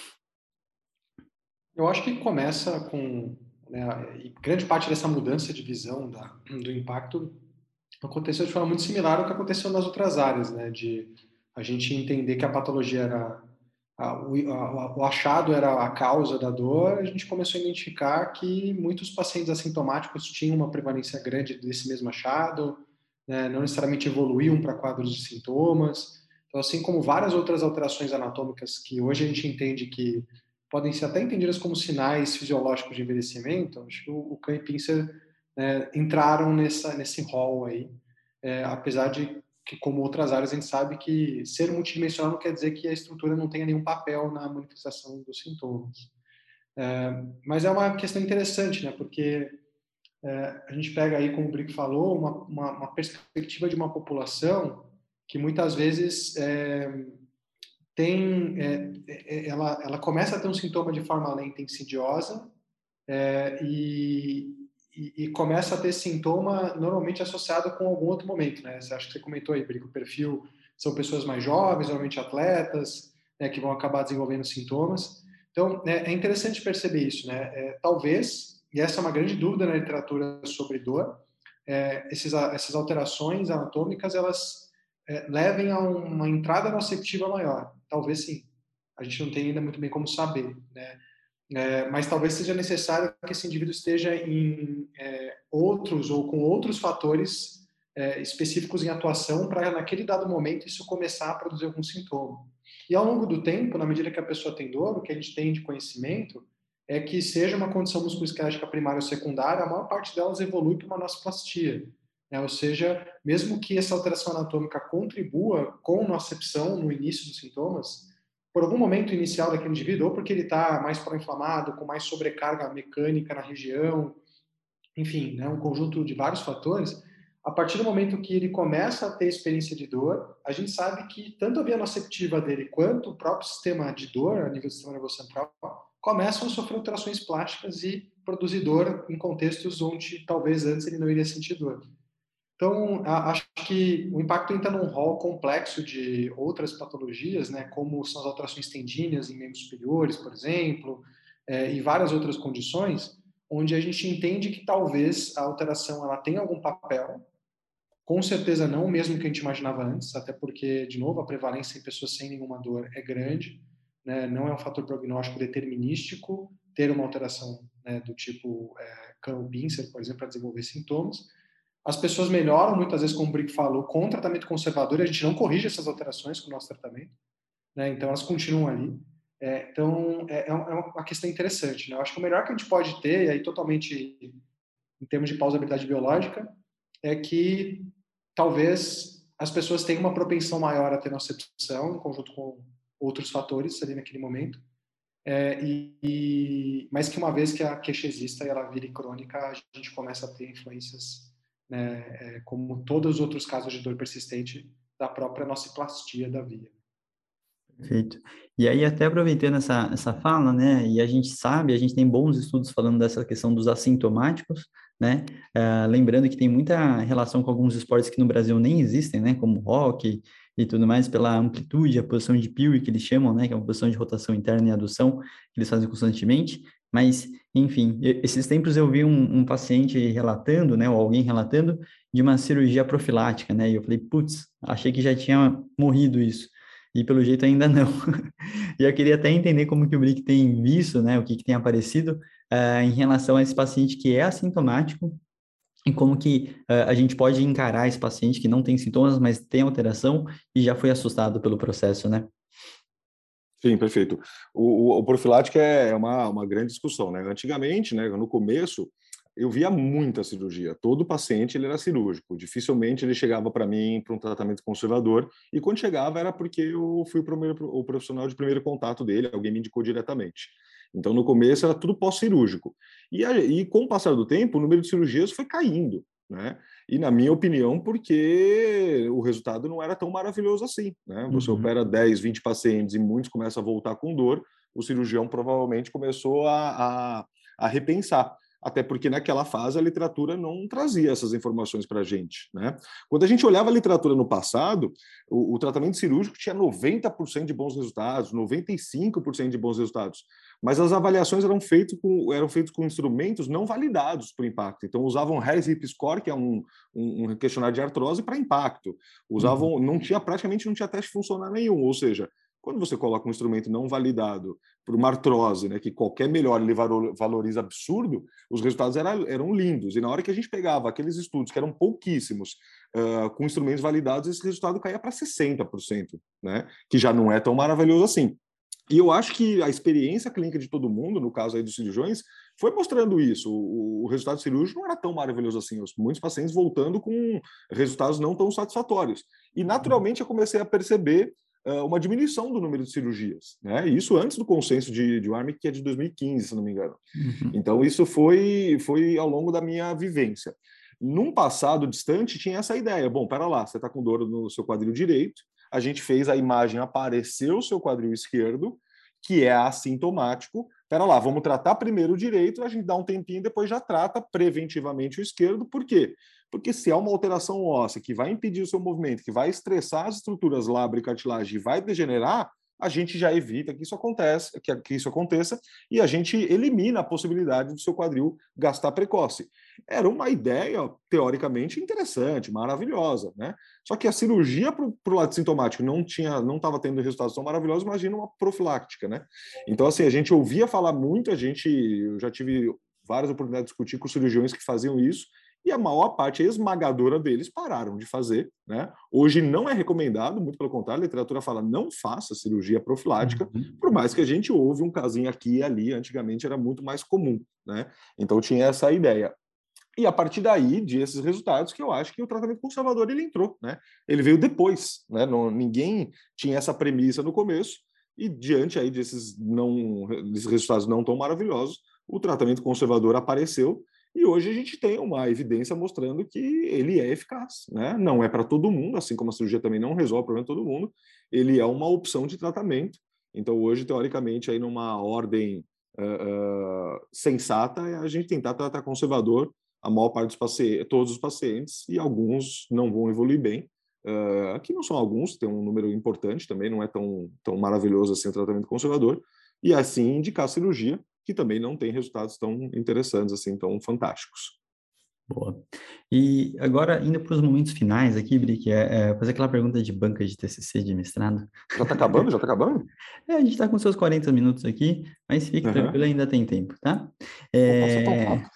Eu acho que começa com, né, e grande parte dessa mudança de visão da, do impacto aconteceu de forma muito similar ao que aconteceu nas outras áreas, né, de a gente entender que a patologia era a, o, a, o achado era a causa da dor, a gente começou a identificar que muitos pacientes assintomáticos tinham uma prevalência grande desse mesmo achado, né, não necessariamente evoluíam para quadros de sintomas. Então, assim como várias outras alterações anatômicas que hoje a gente entende que podem ser até entendidas como sinais fisiológicos de envelhecimento, acho que o, o Kahn e Pincer, né, entraram nessa, nesse rol aí, é, apesar de que, como outras áreas, a gente sabe que ser multidimensional não quer dizer que a estrutura não tenha nenhum papel na manifestação dos sintomas. É, mas é uma questão interessante, né, porque é, a gente pega aí, como o Brick falou, uma, uma, uma perspectiva de uma população que muitas vezes é, tem, é, é, ela, ela começa a ter um sintoma de forma lenta e insidiosa, é, e, e, e começa a ter sintoma normalmente associado com algum outro momento, né? Você acha que você comentou aí, Brico, o perfil são pessoas mais jovens, normalmente atletas, né, que vão acabar desenvolvendo sintomas. Então, é, é interessante perceber isso, né? É, talvez, e essa é uma grande dúvida na literatura sobre dor, é, esses, essas alterações anatômicas, elas é, levem a uma entrada nociceptiva maior. Talvez sim. A gente não tem ainda muito bem como saber, né? É, mas talvez seja necessário que esse indivíduo esteja em é, outros ou com outros fatores é, específicos em atuação para, naquele dado momento, isso começar a produzir algum sintoma. E ao longo do tempo, na medida que a pessoa tem dor, o que a gente tem de conhecimento é que seja uma condição musculoesquelética primária ou secundária, a maior parte delas evolui para uma nociplastia. Né? Ou seja, mesmo que essa alteração anatômica contribua com nocicepção no início dos sintomas, por algum momento inicial daquele indivíduo, ou porque ele está mais pró-inflamado, com mais sobrecarga mecânica na região, enfim, né, um conjunto de vários fatores, a partir do momento que ele começa a ter experiência de dor, a gente sabe que tanto a via nociceptiva dele quanto o próprio sistema de dor, a nível do sistema nervoso central, começam a sofrer alterações plásticas e produzir dor em contextos onde talvez antes ele não iria sentir dor. Então, acho que o impacto entra num rol complexo de outras patologias, né, como são as alterações tendíneas em membros superiores, por exemplo, é, e várias outras condições, onde a gente entende que talvez a alteração ela tenha algum papel, com certeza não o mesmo que a gente imaginava antes, até porque, de novo, a prevalência em pessoas sem nenhuma dor é grande, né, não é um fator prognóstico determinístico ter uma alteração, né, do tipo é, Kahn-Pincer, por exemplo, para desenvolver sintomas. As pessoas melhoram, muitas vezes, como o Brick falou, com tratamento conservador, e a gente não corrige essas alterações com o nosso tratamento, né? Então, elas continuam ali. É, então, é, é uma questão interessante, né? Eu acho que o melhor que a gente pode ter, e aí totalmente em termos de pausabilidade biológica, é que talvez as pessoas tenham uma propensão maior a ter nocicepção, em conjunto com outros fatores ali naquele momento, é, e, e, mas que uma vez que a queixa exista e ela vire crônica, a gente começa a ter influências, né, é, como todos os outros casos de dor persistente, da própria nociplastia da via. Perfeito. E aí, até aproveitando essa, essa fala, né, e a gente sabe, a gente tem bons estudos falando dessa questão dos assintomáticos, né, uh, lembrando que tem muita relação com alguns esportes que no Brasil nem existem, né, como hockey e tudo mais, pela amplitude, a posição de Peary que eles chamam, né, que é uma posição de rotação interna e adução, que eles fazem constantemente, mas, enfim, esses tempos eu vi um, um paciente relatando, né, ou alguém relatando, de uma cirurgia profilática, né, e eu falei, putz, achei que já tinha morrido isso. E pelo jeito ainda não. E eu queria até entender como que o Brick tem visto, né, o que, que tem aparecido uh, em relação a esse paciente que é assintomático e como que uh, a gente pode encarar esse paciente que não tem sintomas, mas tem alteração e já foi assustado pelo processo, né? Sim, perfeito. O, o, o profilático é uma, uma grande discussão, né? Antigamente, né, no começo, eu via muita cirurgia. Todo paciente ele era cirúrgico. Dificilmente ele chegava para mim para um tratamento conservador. E quando chegava era porque eu fui o, primeiro, o profissional de primeiro contato dele, alguém me indicou diretamente. Então, no começo era tudo pós-cirúrgico. E, e com o passar do tempo, o número de cirurgias foi caindo, né? E, na minha opinião, porque o resultado não era tão maravilhoso assim, né? Você Uhum. opera dez, vinte pacientes e muitos começam a voltar com dor, o cirurgião provavelmente começou a, a, a repensar. Até porque naquela fase a literatura não trazia essas informações para a gente, né? Quando a gente olhava a literatura no passado, o, o tratamento cirúrgico tinha noventa por cento de bons resultados, noventa e cinco por cento de bons resultados, mas as avaliações eram feitas com, eram feitas com instrumentos não validados para o impacto. Então usavam Harris Hip Score, que é um, um, um questionário de artrose, para impacto. Usavam, Uhum. não tinha praticamente não tinha teste funcional nenhum, ou seja, quando você coloca um instrumento não validado para uma artrose, né, que qualquer melhora ele valoriza absurdo, os resultados eram, eram lindos. E na hora que a gente pegava aqueles estudos, que eram pouquíssimos, uh, com instrumentos validados, esse resultado caía para sessenta por cento, né, que já não é tão maravilhoso assim. E eu acho que a experiência clínica de todo mundo, no caso aí dos cirurgiões, foi mostrando isso. O, o resultado cirúrgico não era tão maravilhoso assim. Muitos pacientes voltando com resultados não tão satisfatórios. E, naturalmente, eu comecei a perceber uma diminuição do número de cirurgias, né? Isso antes do consenso de, de Warmick, que é de dois mil e quinze, se não me engano. Uhum. Então, isso foi, foi ao longo da minha vivência. Num passado distante, tinha essa ideia. Bom, pera lá, você está com dor no seu quadril direito, a gente fez a imagem aparecer o seu quadril esquerdo, que é assintomático. Pera lá, vamos tratar primeiro o direito, a gente dá um tempinho e depois já trata preventivamente o esquerdo. Por quê? Porque se há uma alteração óssea que vai impedir o seu movimento, que vai estressar as estruturas lábio e cartilagem e vai degenerar, a gente já evita que isso aconteça, que, que isso aconteça e a gente elimina a possibilidade do seu quadril gastar precoce. Era uma ideia, teoricamente, interessante, maravilhosa, né? Só que a cirurgia para o lado sintomático não tinha, não estava tendo resultados tão maravilhosos, imagina uma profiláctica, né? Então, assim, a gente ouvia falar muito, a gente, eu já tive várias oportunidades de discutir com cirurgiões que faziam isso, e a maior parte esmagadora deles pararam de fazer, né? Hoje não é recomendado, muito pelo contrário, a literatura fala não faça cirurgia profilática, Uhum. por mais que a gente ouve um casinho aqui e ali, antigamente era muito mais comum, né? Então tinha essa ideia. E a partir daí, de esses resultados, que eu acho que o tratamento conservador ele entrou, né? Ele veio depois, né? Não, ninguém tinha essa premissa no começo, e diante aí desses, não, desses resultados não tão maravilhosos, o tratamento conservador apareceu. E hoje a gente tem uma evidência mostrando que ele é eficaz, né? Não é para todo mundo, assim como a cirurgia também não resolve o problema de todo mundo, ele é uma opção de tratamento. Então, hoje, teoricamente, aí numa ordem uh, uh, sensata, é a gente tentar tratar conservador a maior parte dos pacientes, todos os pacientes, e alguns não vão evoluir bem. Uh, aqui não são alguns, tem um número importante também, não é tão, tão maravilhoso assim o tratamento conservador, e assim indicar a cirurgia, que também não tem resultados tão interessantes, assim, tão fantásticos. Boa. E agora, indo para os momentos finais aqui, Brick, é, é fazer aquela pergunta de banca de T C C, de mestrado. Já está acabando? Já está acabando? É, a gente está com seus quarenta minutos aqui, mas fique Uhum. tranquilo, ainda tem tempo, tá? É... Vou passar tão rápido.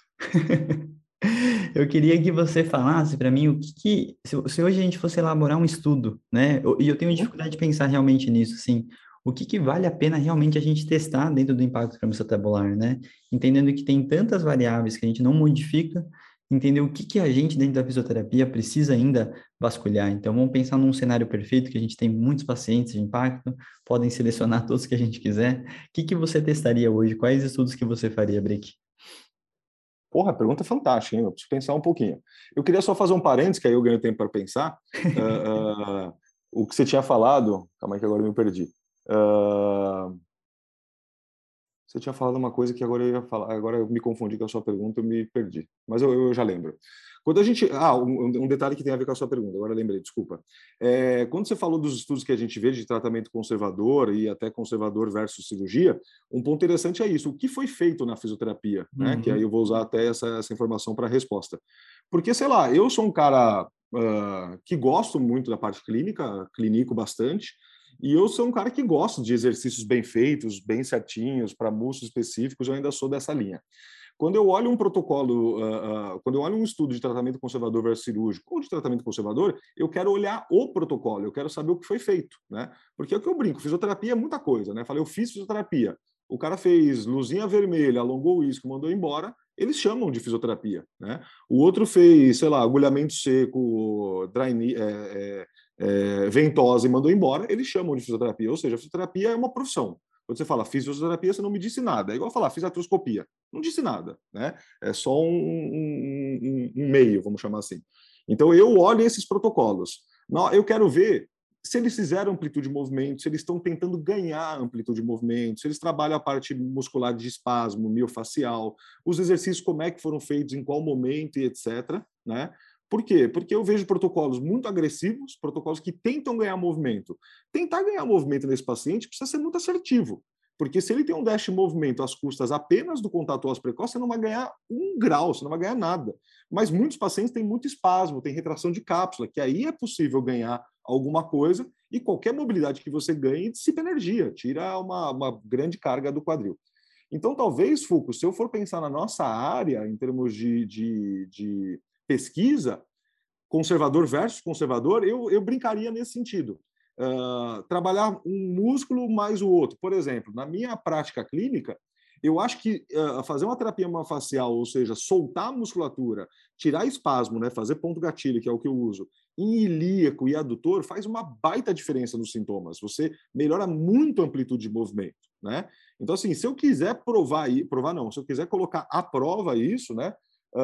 Eu queria que você falasse para mim o que, que se, se hoje a gente fosse elaborar um estudo, né? E eu tenho dificuldade de pensar realmente nisso, assim, o que, que vale a pena realmente a gente testar dentro do impacto craniosacrotabular, né? Entendendo que tem tantas variáveis que a gente não modifica entender o que, que a gente dentro da fisioterapia precisa ainda vasculhar. Então, vamos pensar num cenário perfeito que a gente tem muitos pacientes de impacto, podem selecionar todos que a gente quiser. O que, que você testaria hoje? Quais estudos que você faria, Brick? Porra, a pergunta é fantástica, hein? Eu preciso pensar um pouquinho. Eu queria só fazer um parênteses, que aí eu ganho tempo para pensar. uh, uh, o que você tinha falado... Calma aí que agora eu me perdi. Uh, você tinha falado uma coisa que agora eu ia falar. Agora eu me confundi com a sua pergunta, eu me perdi. Mas eu, eu já lembro. Quando a gente... Ah, um, um detalhe que tem a ver com a sua pergunta. Agora eu lembrei, desculpa. É, quando você falou dos estudos que a gente vê de tratamento conservador e até conservador versus cirurgia, um ponto interessante é isso. O que foi feito na fisioterapia? Uhum. Né? Que aí eu vou usar até essa, essa informação para a resposta. Porque, sei lá, eu sou um cara uh, que gosto muito da parte clínica, clinico bastante, e eu sou um cara que gosta de exercícios bem feitos, bem certinhos, para músculos específicos, eu ainda sou dessa linha. Quando eu olho um protocolo, uh, uh, quando eu olho um estudo de tratamento conservador versus cirúrgico ou de tratamento conservador, eu quero olhar o protocolo, eu quero saber o que foi feito, né? Porque é o que eu brinco, fisioterapia é muita coisa, né? Falei, eu fiz fisioterapia, o cara fez luzinha vermelha, alongou o isco, mandou embora, eles chamam de fisioterapia, né? O outro fez, sei lá, agulhamento seco, dry, é, é, é, ventosa e mandou embora, eles chamam de fisioterapia, ou seja, a fisioterapia é uma profissão. Quando você fala fisioterapia, você não me disse nada. É igual falar fiz artroscopia. Não disse nada, né? É só um, um, um, um meio, vamos chamar assim. Então, eu olho esses protocolos. Não, eu quero ver se eles fizeram amplitude de movimento, se eles estão tentando ganhar amplitude de movimento, se eles trabalham a parte muscular de espasmo, miofacial, os exercícios, como é que foram feitos, em qual momento e etcétera, né? Por quê? Porque eu vejo protocolos muito agressivos, protocolos que tentam ganhar movimento. Tentar ganhar movimento nesse paciente precisa ser muito assertivo, porque se ele tem um déficit de movimento às custas apenas do contato ósseo precoce, você não vai ganhar um grau, você não vai ganhar nada. Mas muitos pacientes têm muito espasmo, tem retração de cápsula, que aí é possível ganhar alguma coisa, e qualquer mobilidade que você ganhe dissipa energia, tira uma, uma grande carga do quadril. Então, talvez, Foucault, se eu for pensar na nossa área, em termos de, de, de pesquisa, conservador versus conservador, eu, eu brincaria nesse sentido. Uh, trabalhar um músculo mais o outro. Por exemplo, na minha prática clínica, eu acho que uh, fazer uma terapia miofascial, ou seja, soltar a musculatura, tirar espasmo, né, fazer ponto gatilho, que é o que eu uso, em ilíaco e adutor, faz uma baita diferença nos sintomas. Você melhora muito a amplitude de movimento, né? Então, assim, se eu quiser provar, provar não, se eu quiser colocar à prova isso, né,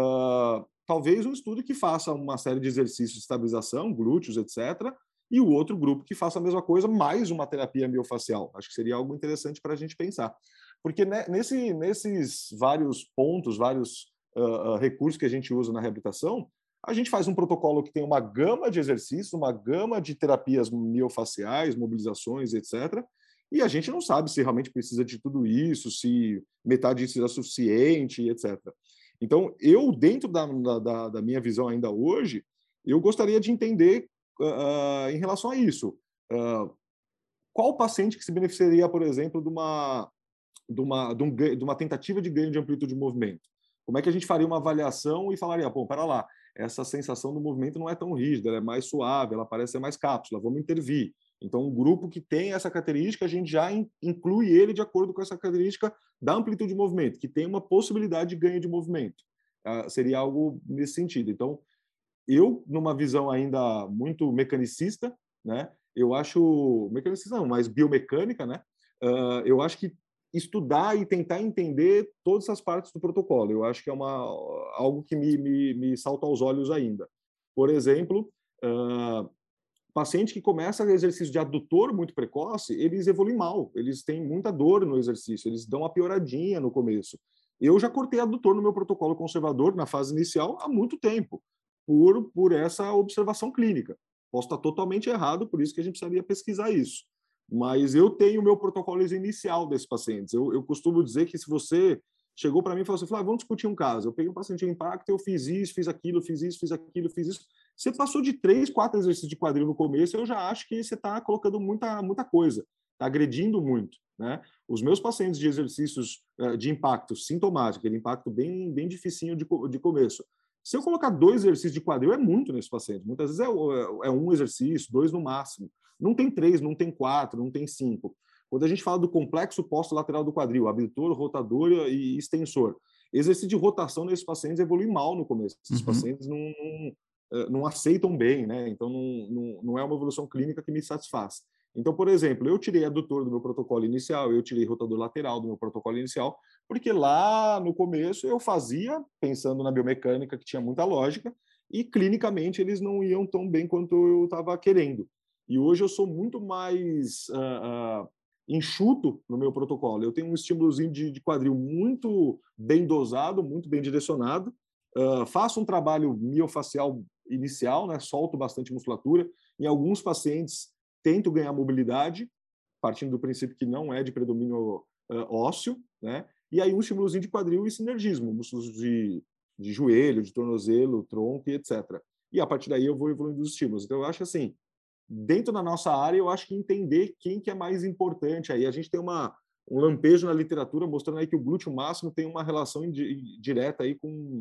uh, talvez um estudo que faça uma série de exercícios de estabilização, glúteos, etcétera, e o outro grupo que faça a mesma coisa, mais uma terapia miofacial. Acho que seria algo interessante para a gente pensar. Porque nesse, nesses vários pontos, vários uh, uh, recursos que a gente usa na reabilitação, a gente faz um protocolo que tem uma gama de exercícios, uma gama de terapias miofaciais, mobilizações, etcétera, e a gente não sabe se realmente precisa de tudo isso, se metade disso é suficiente, etcétera. Então, eu, dentro da, da, da minha visão ainda hoje, eu gostaria de entender uh, em relação a isso. Uh, qual paciente que se beneficiaria, por exemplo, de uma, de, uma, de, um, de uma tentativa de ganho de amplitude de movimento? Como é que a gente faria uma avaliação e falaria, pô, para lá, essa sensação do movimento não é tão rígida, ela é mais suave, ela parece ser mais cápsula, vamos intervir. Então, um grupo que tem essa característica, a gente já inclui ele de acordo com essa característica da amplitude de movimento, que tem uma possibilidade de ganho de movimento. Uh, seria algo nesse sentido. Então, eu, numa visão ainda muito mecanicista, né, eu acho, mecanicista não, mas biomecânica, né, uh, eu acho que estudar e tentar entender todas as partes do protocolo, eu acho que é uma, algo que me, me, me salta aos olhos ainda. Por exemplo, uh, paciente que começa exercício de adutor muito precoce, eles evoluem mal, eles têm muita dor no exercício, eles dão uma pioradinha no começo. Eu já cortei adutor no meu protocolo conservador, na fase inicial, há muito tempo, por, por essa observação clínica. Posso estar totalmente errado, por isso que a gente precisaria pesquisar isso. Mas eu tenho o meu protocolo inicial desses pacientes. Eu, eu costumo dizer que se você chegou para mim e falou assim, ah, vamos discutir um caso. Eu peguei um paciente de impacto, eu fiz isso, fiz aquilo, fiz isso, fiz aquilo, fiz isso. Você passou de três, quatro exercícios de quadril no começo, eu já acho que você está colocando muita, muita coisa, está agredindo muito, né? Os meus pacientes de exercícios uh, de impacto sintomático, aquele impacto bem, bem dificinho de, de começo, se eu colocar dois exercícios de quadril, é muito nesse paciente. Muitas vezes é, é um exercício, dois no máximo. Não tem três, não tem quatro, não tem cinco. Quando a gente fala do complexo posto-lateral do quadril, abdutor, rotador e extensor, exercício de rotação nesses pacientes evolui mal no começo. Esses uhum. pacientes não, não, não aceitam bem, né? Então, não, não, não é uma evolução clínica que me satisfaz. Então, por exemplo, eu tirei adutor do meu protocolo inicial, eu tirei rotador lateral do meu protocolo inicial, porque lá no começo eu fazia pensando na biomecânica, que tinha muita lógica, e clinicamente eles não iam tão bem quanto eu estava querendo. E hoje eu sou muito mais uh, uh, enxuto no meu protocolo. Eu tenho um estímulozinho de, de quadril muito bem dosado, muito bem direcionado. Uh, faço um trabalho miofacial inicial, né? Solto bastante musculatura. Em alguns pacientes, tento ganhar mobilidade, partindo do princípio que não é de predomínio uh, ósseo, né? E aí um estímulozinho de quadril e sinergismo, músculos de, de joelho, de tornozelo, tronco e etcétera. E a partir daí eu vou evoluindo os estímulos. Então eu acho assim, dentro da nossa área, eu acho que entender quem que é mais importante. Aí a gente tem uma, um lampejo na literatura mostrando aí que o glúteo máximo tem uma relação indi- direta aí com,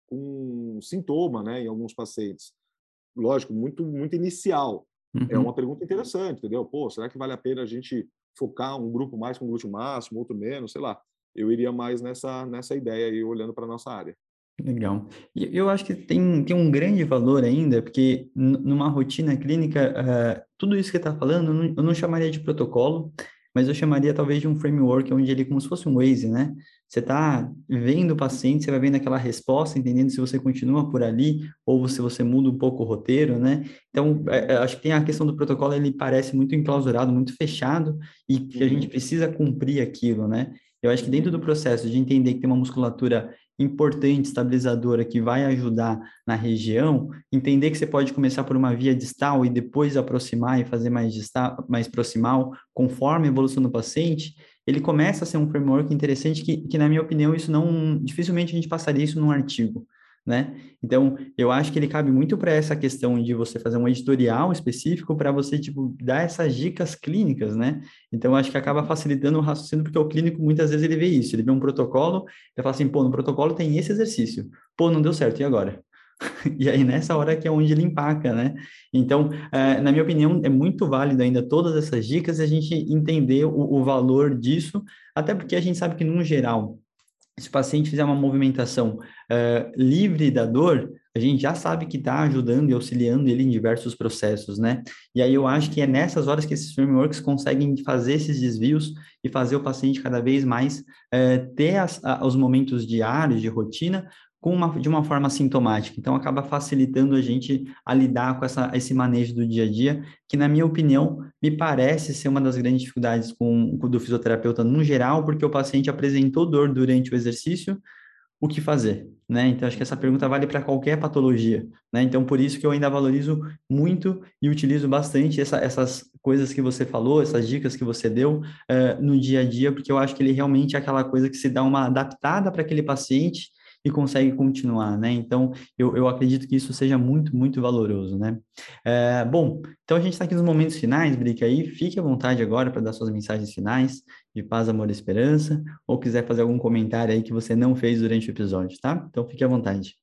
com sintoma, né, em alguns pacientes. Lógico, muito, muito inicial. Uhum. É uma pergunta interessante, entendeu? Pô, será que vale a pena a gente focar um grupo mais com glúteo máximo, outro menos, sei lá. Eu iria mais nessa, nessa ideia aí, olhando para a nossa área. Legal. E eu acho que tem, tem um grande valor ainda, porque numa rotina clínica, uh, tudo isso que você está falando, eu não, eu não chamaria de protocolo, mas eu chamaria talvez de um framework, onde ele, como se fosse um Waze, né? Você está vendo o paciente, você vai vendo aquela resposta, entendendo se você continua por ali, ou se você muda um pouco o roteiro, né? Então, é, acho que tem a questão do protocolo, ele parece muito enclausurado, muito fechado, e que a gente precisa cumprir aquilo, né? Eu acho que dentro do processo de entender que tem uma musculatura importante, estabilizadora, que vai ajudar na região, entender que você pode começar por uma via distal e depois aproximar e fazer mais distal, mais proximal, conforme a evolução do paciente, ele começa a ser um framework interessante que, que na minha opinião, isso não, dificilmente a gente passaria isso num artigo, né? Então, eu acho que ele cabe muito para essa questão de você fazer um editorial específico para você, tipo, dar essas dicas clínicas, né? Então, eu acho que acaba facilitando o raciocínio, porque o clínico, muitas vezes, ele vê isso, ele vê um protocolo, ele fala assim, pô, no protocolo tem esse exercício, pô, não deu certo, e agora? E aí, nessa hora que é onde ele empaca, né? Então, é, na minha opinião, é muito válido ainda todas essas dicas e a gente entender o, o valor disso, até porque a gente sabe que, no geral, se o paciente fizer uma movimentação uh, livre da dor, a gente já sabe que está ajudando e auxiliando ele em diversos processos, né? E aí eu acho que é nessas horas que esses frameworks conseguem fazer esses desvios e fazer o paciente cada vez mais uh, ter as, a, os momentos diários de rotina com uma, de uma forma sintomática. Então, acaba facilitando a gente a lidar com essa, esse manejo do dia a dia, que, na minha opinião, me parece ser uma das grandes dificuldades com, com do fisioterapeuta no geral, porque o paciente apresentou dor durante o exercício, o que fazer, né? Então, acho que essa pergunta vale para qualquer patologia, né? Então, por isso que eu ainda valorizo muito e utilizo bastante essa, essas coisas que você falou, essas dicas que você deu uh, no dia a dia, porque eu acho que ele realmente é aquela coisa que se dá uma adaptada para aquele paciente e consegue continuar, né? Então, eu, eu acredito que isso seja muito, muito valoroso, né? É, bom, então a gente está aqui nos momentos finais, Brica, aí fique à vontade agora para dar suas mensagens finais de paz, amor e esperança, ou quiser fazer algum comentário aí que você não fez durante o episódio, tá? Então, fique à vontade.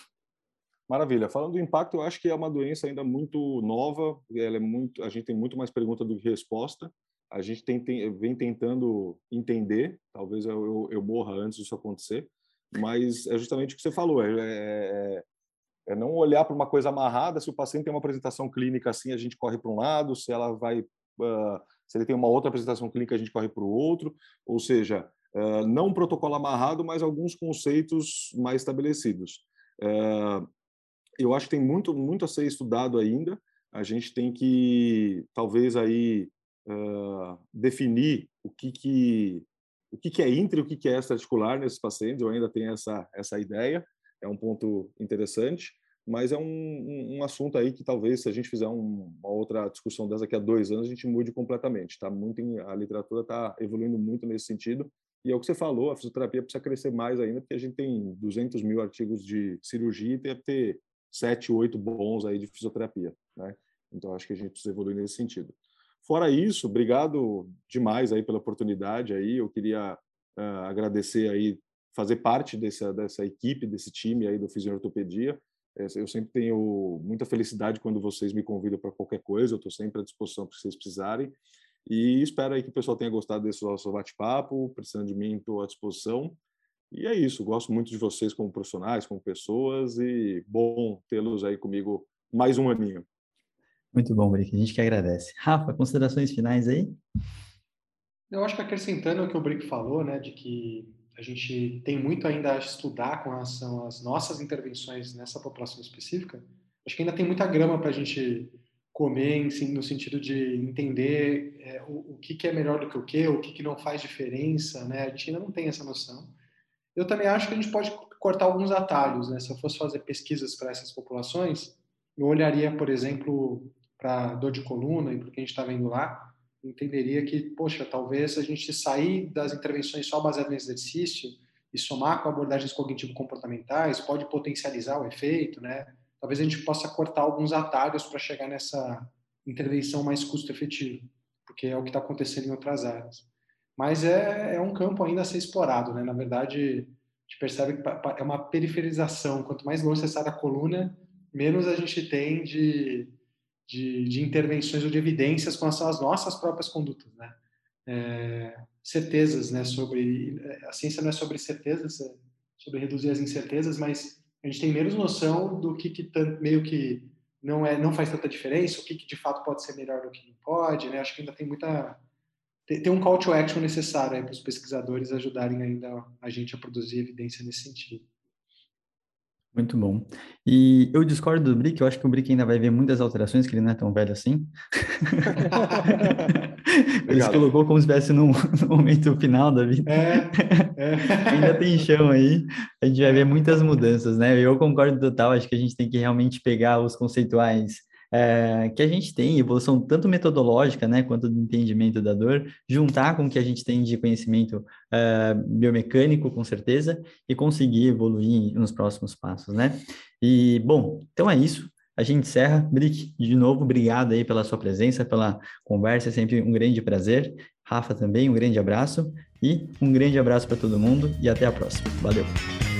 Maravilha. Falando do impacto, eu acho que é uma doença ainda muito nova, ela é muito, a gente tem muito mais pergunta do que resposta. A gente tem, tem, vem tentando entender, talvez eu, eu, eu morra antes disso acontecer, mas é justamente o que você falou, é, é, é não olhar para uma coisa amarrada. Se o paciente tem uma apresentação clínica assim, a gente corre para um lado, se ela vai, uh, se ele tem uma outra apresentação clínica, a gente corre para o outro, ou seja, uh, não um protocolo amarrado, mas alguns conceitos mais estabelecidos. Uh, eu acho que tem muito, muito a ser estudado ainda, a gente tem que, talvez, aí, uh, definir o que que o que, que é intra e o que, que é extra-articular nesses pacientes. Eu ainda tenho essa, essa ideia, é um ponto interessante, mas é um, um, um assunto aí que talvez, se a gente fizer um, uma outra discussão dessa daqui a dois anos, a gente mude completamente. Tá muito em, a literatura está evoluindo muito nesse sentido, e é o que você falou, a fisioterapia precisa crescer mais ainda, porque a gente tem duzentos mil artigos de cirurgia e deve ter sete, oito bons aí de fisioterapia, né? Então, acho que a gente precisa evoluir nesse sentido. Fora isso, obrigado demais aí pela oportunidade aí. Eu queria uh, agradecer aí, fazer parte dessa, dessa equipe, desse time aí do Fisiortopedia. Eu sempre tenho muita felicidade quando vocês me convidam para qualquer coisa. Eu estou sempre à disposição para vocês precisarem. E espero aí que o pessoal tenha gostado desse nosso bate-papo. Precisando de mim, estou à disposição. E é isso, gosto muito de vocês como profissionais, como pessoas, e bom tê-los aí comigo mais um aninho. Muito bom, Brick, a gente que agradece. Rafa, considerações finais aí? Eu acho que acrescentando o que o Brick falou, né, de que a gente tem muito ainda a estudar com relação às nossas intervenções nessa população específica, acho que ainda tem muita grama para a gente comer, no sentido de entender é, o, o que, que é melhor do que o que, o que, que não faz diferença, né? A gente ainda não tem essa noção. Eu também acho que a gente pode cortar alguns atalhos, né? Se eu fosse fazer pesquisas para essas populações, eu olharia, por exemplo, para dor de coluna e para o que a gente está vendo lá, entenderia que, poxa, talvez a gente sair das intervenções só baseadas no exercício e somar com abordagens cognitivo-comportamentais pode potencializar o efeito, né? Talvez a gente possa cortar alguns atalhos para chegar nessa intervenção mais custo-efetiva, porque é o que está acontecendo em outras áreas. Mas é, é um campo ainda a ser explorado, né? Na verdade, a gente percebe que é uma periferização. Quanto mais longe você sai da coluna, menos a gente tem de, de, de intervenções ou de evidências com relação às nossas próprias condutas, né? É, certezas, né? Sobre a ciência não é sobre certezas, é sobre reduzir as incertezas, mas a gente tem menos noção do que, que meio que não é, não faz tanta diferença, o que, que de fato pode ser melhor do que não pode, né? Acho que ainda tem muita tem um call to action necessário para os pesquisadores ajudarem ainda a gente a produzir evidência nesse sentido. Muito bom. E eu discordo do Brick, eu acho que o Brick ainda vai ver muitas alterações, que ele não é tão velho assim. Ele se colocou como se estivesse no, no momento final da vida. É, é. Ainda tem chão aí, a gente vai ver muitas mudanças, né? Eu concordo total, acho que a gente tem que realmente pegar os conceituais é, que a gente tem, evolução tanto metodológica, né, quanto do entendimento da dor, juntar com o que a gente tem de conhecimento é, biomecânico, com certeza, e conseguir evoluir nos próximos passos, né? E, bom, então é isso. A gente encerra. Brick, de novo, obrigado aí pela sua presença, pela conversa, é sempre um grande prazer. Rafa também, um grande abraço e um grande abraço para todo mundo e até a próxima. Valeu!